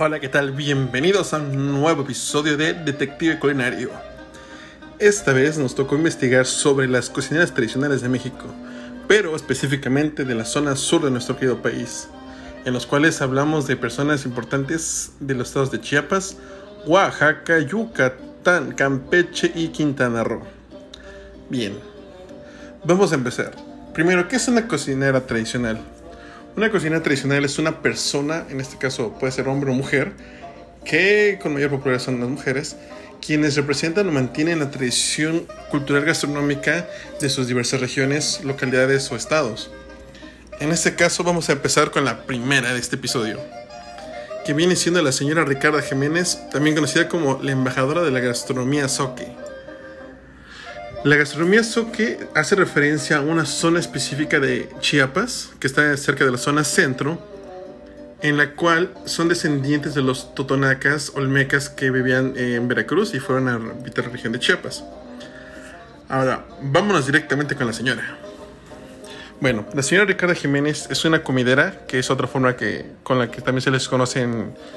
Hola, ¿qué tal? Bienvenidos a un nuevo episodio de Detective Culinario. Esta vez nos tocó investigar sobre las cocineras tradicionales de México, pero específicamente de la zona sur de nuestro querido país, en los cuales hablamos de personas importantes de los estados de Chiapas, Oaxaca, Yucatán, Campeche y Quintana Roo. Bien, vamos a empezar. Primero, ¿qué es una cocinera tradicional? Una cocinera tradicional es una persona, en este caso puede ser hombre o mujer, que con mayor popularidad son las mujeres, quienes representan o mantienen la tradición cultural gastronómica de sus diversas regiones, localidades o estados. En este caso vamos a empezar con la primera de este episodio, que viene siendo la señora Ricarda Jiménez, también conocida como la embajadora de la gastronomía Zoque. La gastronomía Zoque hace referencia a una zona específica de Chiapas, que está cerca de la zona centro, en la cual son descendientes de los totonacas, olmecas que vivían en Veracruz y fueron a habitar la región de Chiapas. Ahora, vámonos directamente con la señora. Bueno, la señora Ricarda Jiménez es una comidera, que es otra forma con la que también se les conoce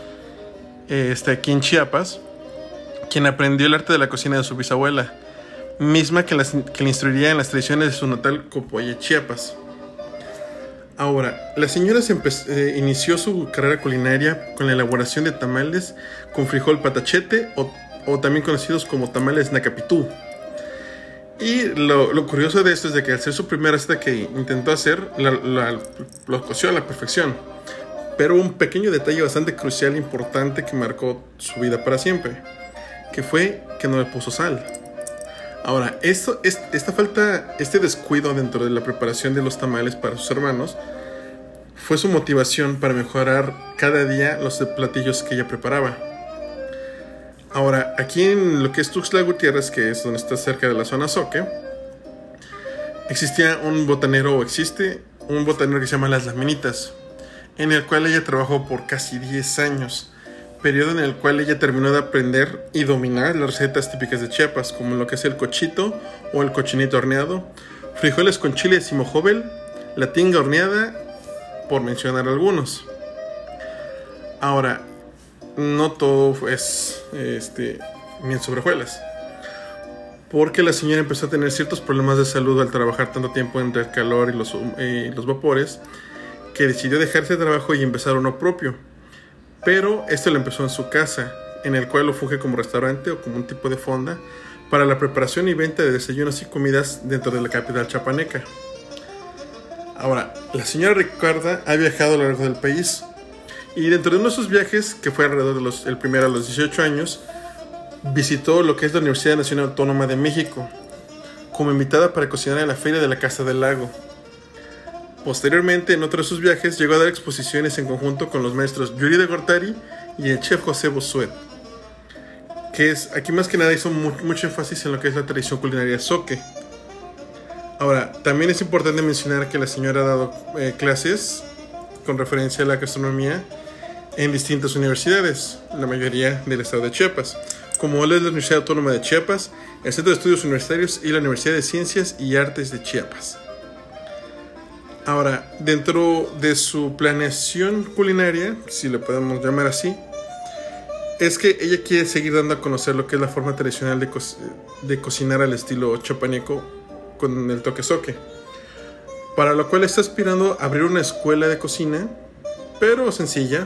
aquí en Chiapas, quien aprendió el arte de la cocina de su bisabuela, misma que le instruiría en las tradiciones de su natal Copoye, Chiapas. Ahora, la señora inició su carrera culinaria con la elaboración de tamales con frijol patachete o también conocidos como tamales nacapitú. Y lo curioso de esto es de que al ser su primera receta que intentó hacer, lo coció a la perfección. Pero un pequeño detalle bastante crucial e importante que marcó su vida para siempre, que fue que no le puso sal. Ahora, este descuido dentro de la preparación de los tamales para sus hermanos fue su motivación para mejorar cada día los platillos que ella preparaba. Ahora, aquí en lo que es Tuxtla Gutiérrez, que es donde está cerca de la zona Zoque, existe un botanero que se llama Las Laminitas, en el cual ella trabajó por casi 10 años. Periodo en el cual ella terminó de aprender y dominar las recetas típicas de Chiapas, como lo que es el cochito o el cochinito horneado, frijoles con chile de simojovel, la tinga horneada, por mencionar algunos. Ahora, no todo es miel sobre hojuelas, porque la señora empezó a tener ciertos problemas de salud al trabajar tanto tiempo entre el calor y los vapores, que decidió dejar ese trabajo y empezar uno propio. Pero esto lo empezó en su casa, en el cual lo funge como restaurante o como un tipo de fonda para la preparación y venta de desayunos y comidas dentro de la capital chapaneca. Ahora, la señora Ricarda ha viajado a lo largo del país y dentro de uno de sus viajes, que fue alrededor el primero a los 18 años, visitó lo que es la Universidad Nacional Autónoma de México como invitada para cocinar en la Feria de la Casa del Lago. Posteriormente, en otro de sus viajes, llegó a dar exposiciones en conjunto con los maestros Yuri de Gortari y el chef José Bosuet, que aquí más que nada hizo mucho énfasis en lo que es la tradición culinaria Zoque. Ahora, también es importante mencionar que la señora ha dado clases con referencia a la gastronomía en distintas universidades, la mayoría del estado de Chiapas, como es la Universidad Autónoma de Chiapas, el Centro de Estudios Universitarios y la Universidad de Ciencias y Artes de Chiapas. Ahora, dentro de su planeación culinaria, si le podemos llamar así, es que ella quiere seguir dando a conocer lo que es la forma tradicional de cocinar al estilo chapaneco con el toque Zoque, para lo cual está aspirando a abrir una escuela de cocina, pero sencilla,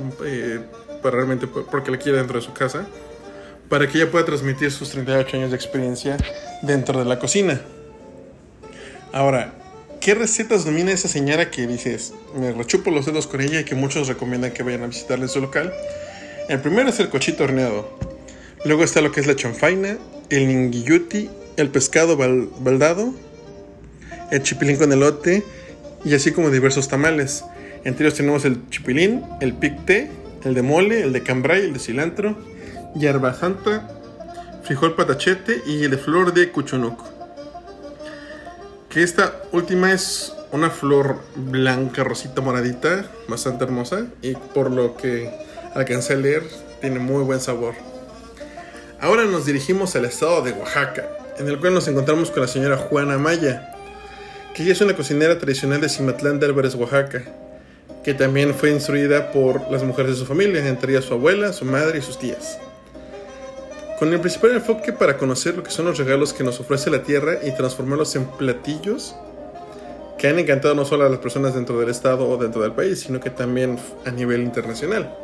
porque la quiere dentro de su casa, para que ella pueda transmitir sus 38 años de experiencia dentro de la cocina. Ahora, ¿qué recetas domina esa señora que dices, me rechupo los dedos con ella y que muchos recomiendan que vayan a visitarle en su local? El primero es el cochito horneado. Luego está lo que es la chanfaina, el ninguiyuti, el pescado baldado, el chipilín con elote y así como diversos tamales. Entre ellos tenemos el chipilín, el picté, el de mole, el de cambray, el de cilantro, hierba santa, frijol patachete y el de flor de cuchunuc. Que esta última es una flor blanca, rosita, moradita, bastante hermosa, y por lo que alcancé a leer, tiene muy buen sabor. Ahora nos dirigimos al estado de Oaxaca, en el cual nos encontramos con la señora Juana Maya, que ella es una cocinera tradicional de Cimatlán de Álvarez, Oaxaca, que también fue instruida por las mujeres de su familia, entre ellas su abuela, su madre y sus tías, con el principal enfoque para conocer lo que son los regalos que nos ofrece la tierra y transformarlos en platillos que han encantado no solo a las personas dentro del estado o dentro del país, sino que también a nivel internacional.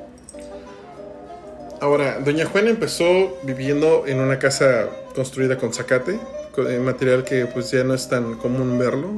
Ahora, doña Juana empezó viviendo en una casa construida con zacate, con material que pues ya no es tan común verlo,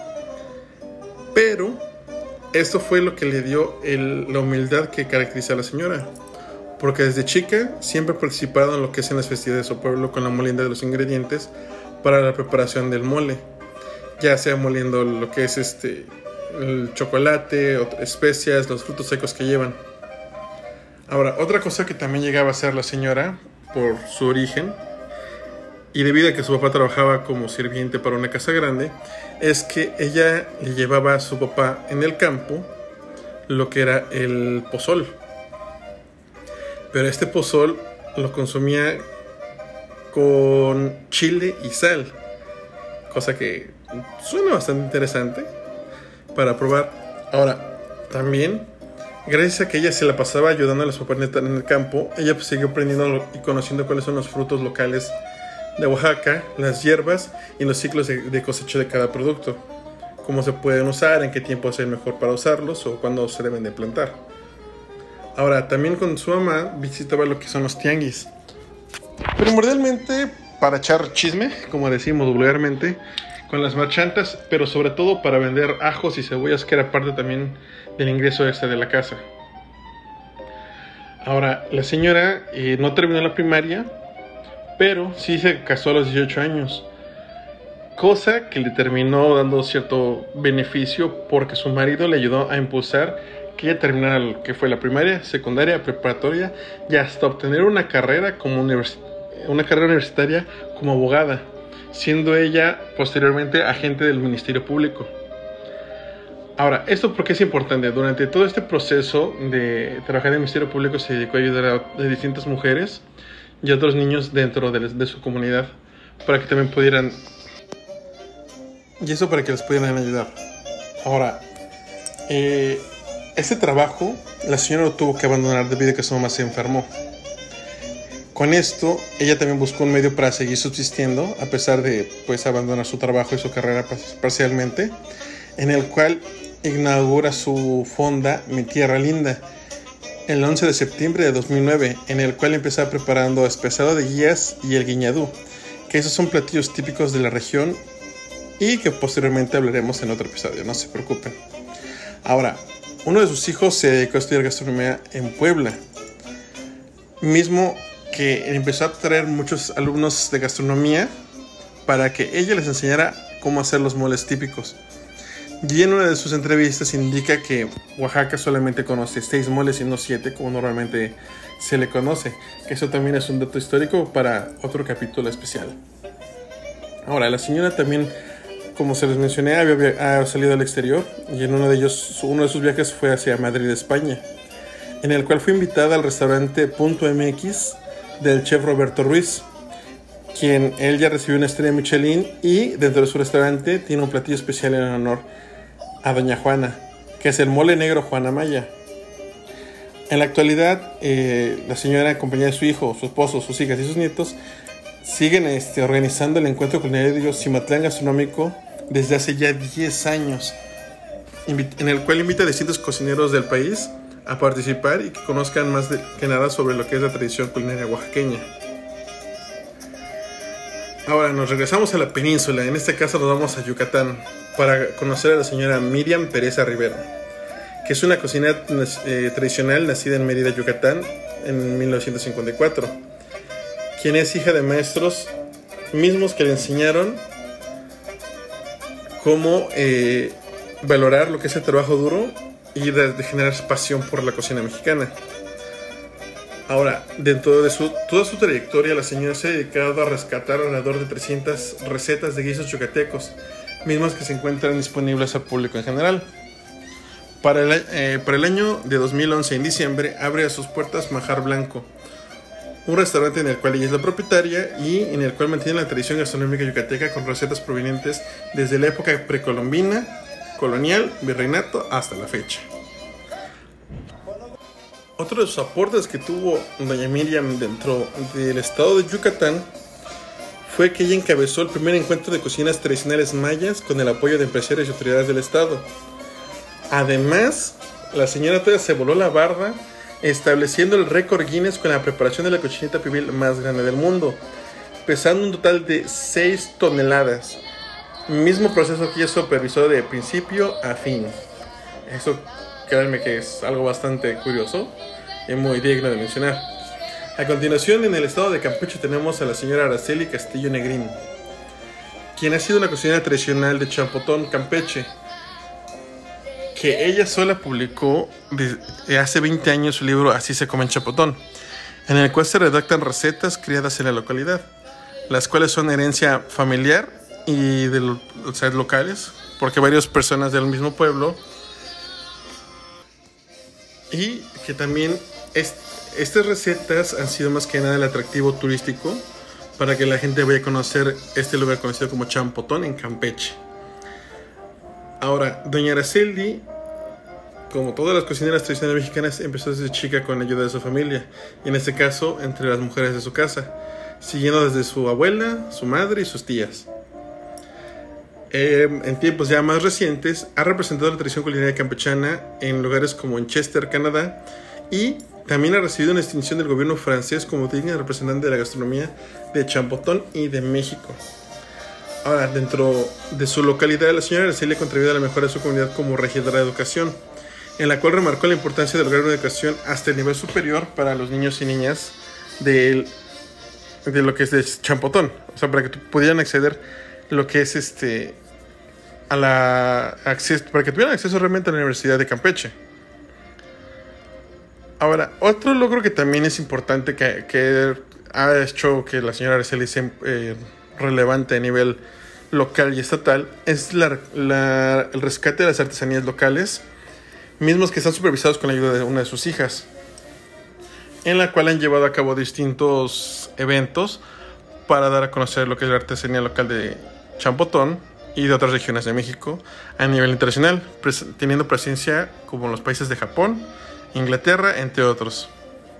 pero esto fue lo que le dio la humildad que caracteriza a la señora, porque desde chica siempre ha participado en lo que es en las festividades de su pueblo con la molienda de los ingredientes para la preparación del mole, ya sea moliendo lo que es el chocolate, especias, los frutos secos que llevan. Ahora, otra cosa que también llegaba a hacer la señora por su origen, y debido a que su papá trabajaba como sirviente para una casa grande, es que ella le llevaba a su papá en el campo lo que era el pozol. Pero este pozol lo consumía con chile y sal, cosa que suena bastante interesante para probar. Ahora, también, gracias a que ella se la pasaba ayudando a los papás en el campo, ella pues siguió aprendiendo y conociendo cuáles son los frutos locales de Oaxaca, las hierbas y los ciclos de cosecha de cada producto, cómo se pueden usar, en qué tiempo es el mejor para usarlos o cuándo se deben de plantar. Ahora, también con su mamá visitaba lo que son los tianguis, primordialmente para echar chisme, como decimos vulgarmente, con las marchantas, pero sobre todo para vender ajos y cebollas, que era parte también del ingreso de la casa. Ahora, la señora no terminó la primaria, pero sí se casó a los 18 años, cosa que le terminó dando cierto beneficio porque su marido le ayudó a impulsar que ella terminara lo que fue la primaria, secundaria, preparatoria y hasta obtener una carrera universitaria como abogada, siendo ella posteriormente agente del Ministerio Público. Ahora, ¿esto por qué es importante? Durante todo este proceso de trabajar en el Ministerio Público se dedicó a ayudar a distintas mujeres y a otros niños dentro de su comunidad para que también pudieran... Y eso para que les pudieran ayudar. Ahora, este trabajo la señora lo tuvo que abandonar debido a que su mamá se enfermó. Con esto, ella también buscó un medio para seguir subsistiendo, a pesar de pues abandonar su trabajo y su carrera parcialmente, en el cual inaugura su fonda Mi Tierra Linda, el 11 de septiembre de 2009, en el cual empezaba preparando espesado de guías y el guiñadú, que esos son platillos típicos de la región y que posteriormente hablaremos en otro episodio, no se preocupen. Ahora, uno de sus hijos se dedicó a estudiar gastronomía en Puebla, mismo que empezó a traer muchos alumnos de gastronomía para que ella les enseñara cómo hacer los moles típicos. Y en una de sus entrevistas indica que Oaxaca solamente conoce 6 moles y no 7 como normalmente se le conoce, que eso también es un dato histórico para otro capítulo especial. Ahora, la señora también, como se les mencioné, ha salido al exterior y en uno de sus viajes fue hacia Madrid, España, en el cual fue invitada al restaurante Punto MX del chef Roberto Ruiz, quien él ya recibió una estrella Michelin y dentro de su restaurante tiene un platillo especial en honor a doña Juana, que es el mole negro Juana Maya. En la actualidad, la señora, en compañía de su hijo, su esposo, sus hijas y sus nietos, siguen organizando el encuentro culinario Cimatlán Gastronómico desde hace ya 10 años, en el cual invita a distintos cocineros del país a participar y que conozcan más que nada sobre lo que es la tradición culinaria oaxaqueña. Ahora nos regresamos a la península, en este caso nos vamos a Yucatán para conocer a la señora Miriam Pereza Rivero, que es una cocinera tradicional nacida en Mérida, Yucatán, en 1954, quien es hija de maestros mismos que le enseñaron cómo valorar lo que es el trabajo duro y de generar pasión por la cocina mexicana. Ahora, dentro de toda su trayectoria, la señora se ha dedicado a rescatar alrededor de 300 recetas de guisos yucatecos, mismas que se encuentran disponibles al público en general. Para el año de 2011, en diciembre, abre a sus puertas Majar Blanco, un restaurante en el cual ella es la propietaria y en el cual mantiene la tradición gastronómica yucateca con recetas provenientes desde la época precolombina, colonial, virreinato hasta la fecha. Otro de sus aportes que tuvo doña Miriam dentro del estado de Yucatán fue que ella encabezó el primer encuentro de cocinas tradicionales mayas con el apoyo de empresarios y autoridades del estado. Además, la señora todavía se voló la barda estableciendo el récord Guinness con la preparación de la cochinita pibil más grande del mundo, pesando un total de 6 toneladas. Mismo proceso que ella supervisó de principio a fin. Eso, créanme que es algo bastante curioso y muy digno de mencionar. A continuación, en el estado de Campeche tenemos a la señora Araceli Castillo Negrín, quien ha sido una cocinera tradicional de Champotón, Campeche, que ella sola publicó desde hace 20 años su libro Así se come en Champotón, en el cual se redactan recetas criadas en la localidad, las cuales son herencia familiar y locales, porque varias personas del mismo pueblo, y que también estas recetas han sido más que nada el atractivo turístico para que la gente vaya a conocer este lugar conocido como Champotón en Campeche. Ahora, doña Araceli, como todas las cocineras tradicionales mexicanas, empezó desde chica con la ayuda de su familia, y en este caso entre las mujeres de su casa, siguiendo desde su abuela, su madre y sus tías. En tiempos ya más recientes, ha representado la tradición culinaria campechana en lugares como en Chester, Canadá, y también ha recibido una distinción del gobierno francés como digna representante de la gastronomía de Champotón y de México. Ahora, dentro de su localidad, la señora Araceli ha contribuido a la mejora de su comunidad como regidora de educación, en la cual remarcó la importancia de lograr una educación hasta el nivel superior para los niños y niñas de lo que es de Champotón. O sea, para que pudieran acceder lo que es para que tuvieran acceso realmente a la Universidad de Campeche. Ahora, otro logro que también es importante que ha hecho que la señora Araceli sea relevante a nivel local y estatal es el rescate de las artesanías locales, mismos que están supervisados con la ayuda de una de sus hijas, en la cual han llevado a cabo distintos eventos para dar a conocer lo que es la artesanía local de Champotón y de otras regiones de México a nivel internacional, teniendo presencia como en los países de Japón, Inglaterra, entre otros.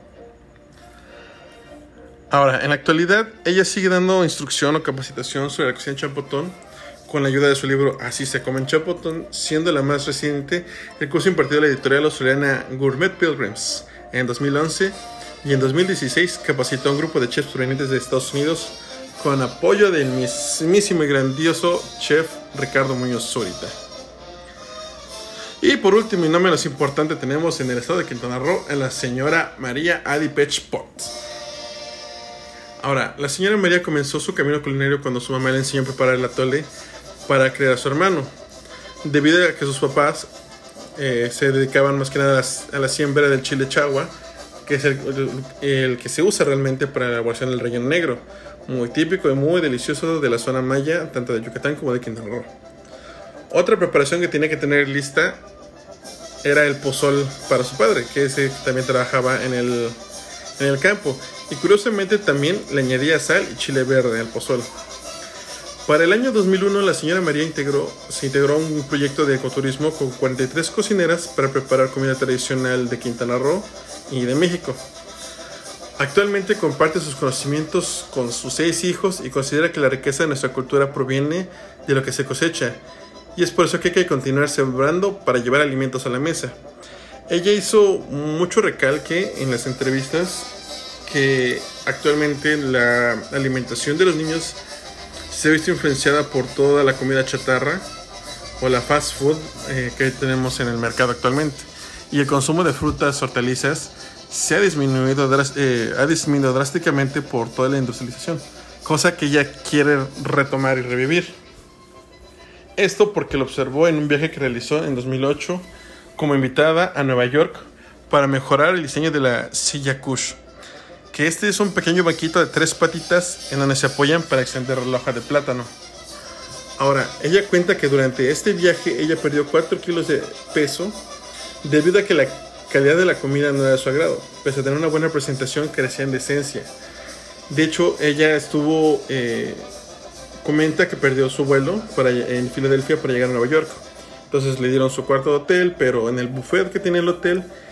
Ahora, en la actualidad, ella sigue dando instrucción o capacitación sobre la cocina en Champotón con la ayuda de su libro Así se come en Champotón, siendo la más reciente el curso impartido de la editorial australiana Gourmet Pilgrims en 2011, y en 2016 capacitó a un grupo de chefs provenientes de Estados Unidos con apoyo del mismísimo y grandioso chef Ricardo Muñoz Zurita. Y por último y no menos importante, tenemos en el estado de Quintana Roo a la señora María Adipech Pot. Ahora, la señora María comenzó su camino culinario cuando su mamá le enseñó a preparar el atole para criar a su hermano, debido a que sus papás se dedicaban más que nada a la siembra del chile chagua, que es el que se usa realmente para la elaboración del relleno negro, muy típico y muy delicioso de la zona maya, tanto de Yucatán como de Quintana Roo. Otra preparación que tenía que tener lista era el pozol para su padre, que ese también trabajaba en el campo, y curiosamente también le añadía sal y chile verde al pozol. Para el año 2001, la señora María se integró a un proyecto de ecoturismo con 43 cocineras para preparar comida tradicional de Quintana Roo y de México. Actualmente comparte sus conocimientos con sus 6 hijos y considera que la riqueza de nuestra cultura proviene de lo que se cosecha, y es por eso que hay que continuar sembrando para llevar alimentos a la mesa. Ella hizo mucho recalque en las entrevistas que actualmente la alimentación de los niños se ha visto influenciada por toda la comida chatarra o la fast food que tenemos en el mercado actualmente, y el consumo de frutas, hortalizas se ha disminuido drásticamente por toda la industrialización, cosa que ella quiere retomar y revivir. Esto porque lo observó en un viaje que realizó en 2008 como invitada a Nueva York para mejorar el diseño de la silla Kush, que este es un pequeño banquito de 3 patitas en donde se apoyan para extender la hoja de plátano. Ahora, ella cuenta que durante este viaje ella perdió 4 kilos de peso debido a que la calidad de la comida no era de su agrado, pese a tener una buena presentación, carecía en decencia. De hecho, ella comenta que perdió su vuelo en Filadelfia para llegar a Nueva York. Entonces le dieron su cuarto de hotel, pero en el buffet que tenía el hotel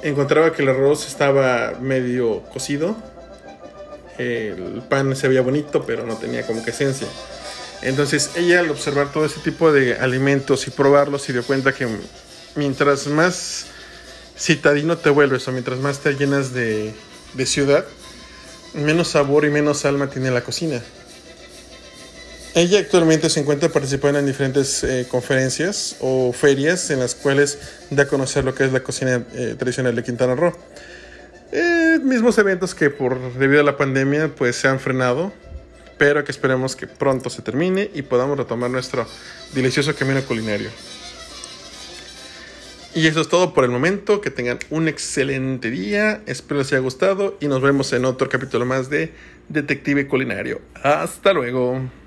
encontraba que el arroz estaba medio cocido, el pan se veía bonito, pero no tenía como que esencia. Entonces ella, al observar todo ese tipo de alimentos y probarlos, se dio cuenta que mientras más citadino te vuelves o mientras más te llenas de ciudad, menos sabor y menos alma tiene la cocina. Ella actualmente se encuentra participando en diferentes conferencias o ferias en las cuales da a conocer lo que es la cocina tradicional de Quintana Roo. Mismos eventos que debido a la pandemia pues se han frenado, pero que esperemos que pronto se termine y podamos retomar nuestro delicioso camino culinario. Y eso es todo por el momento. Que tengan un excelente día. Espero les haya gustado y nos vemos en otro capítulo más de Detective Culinario. Hasta luego.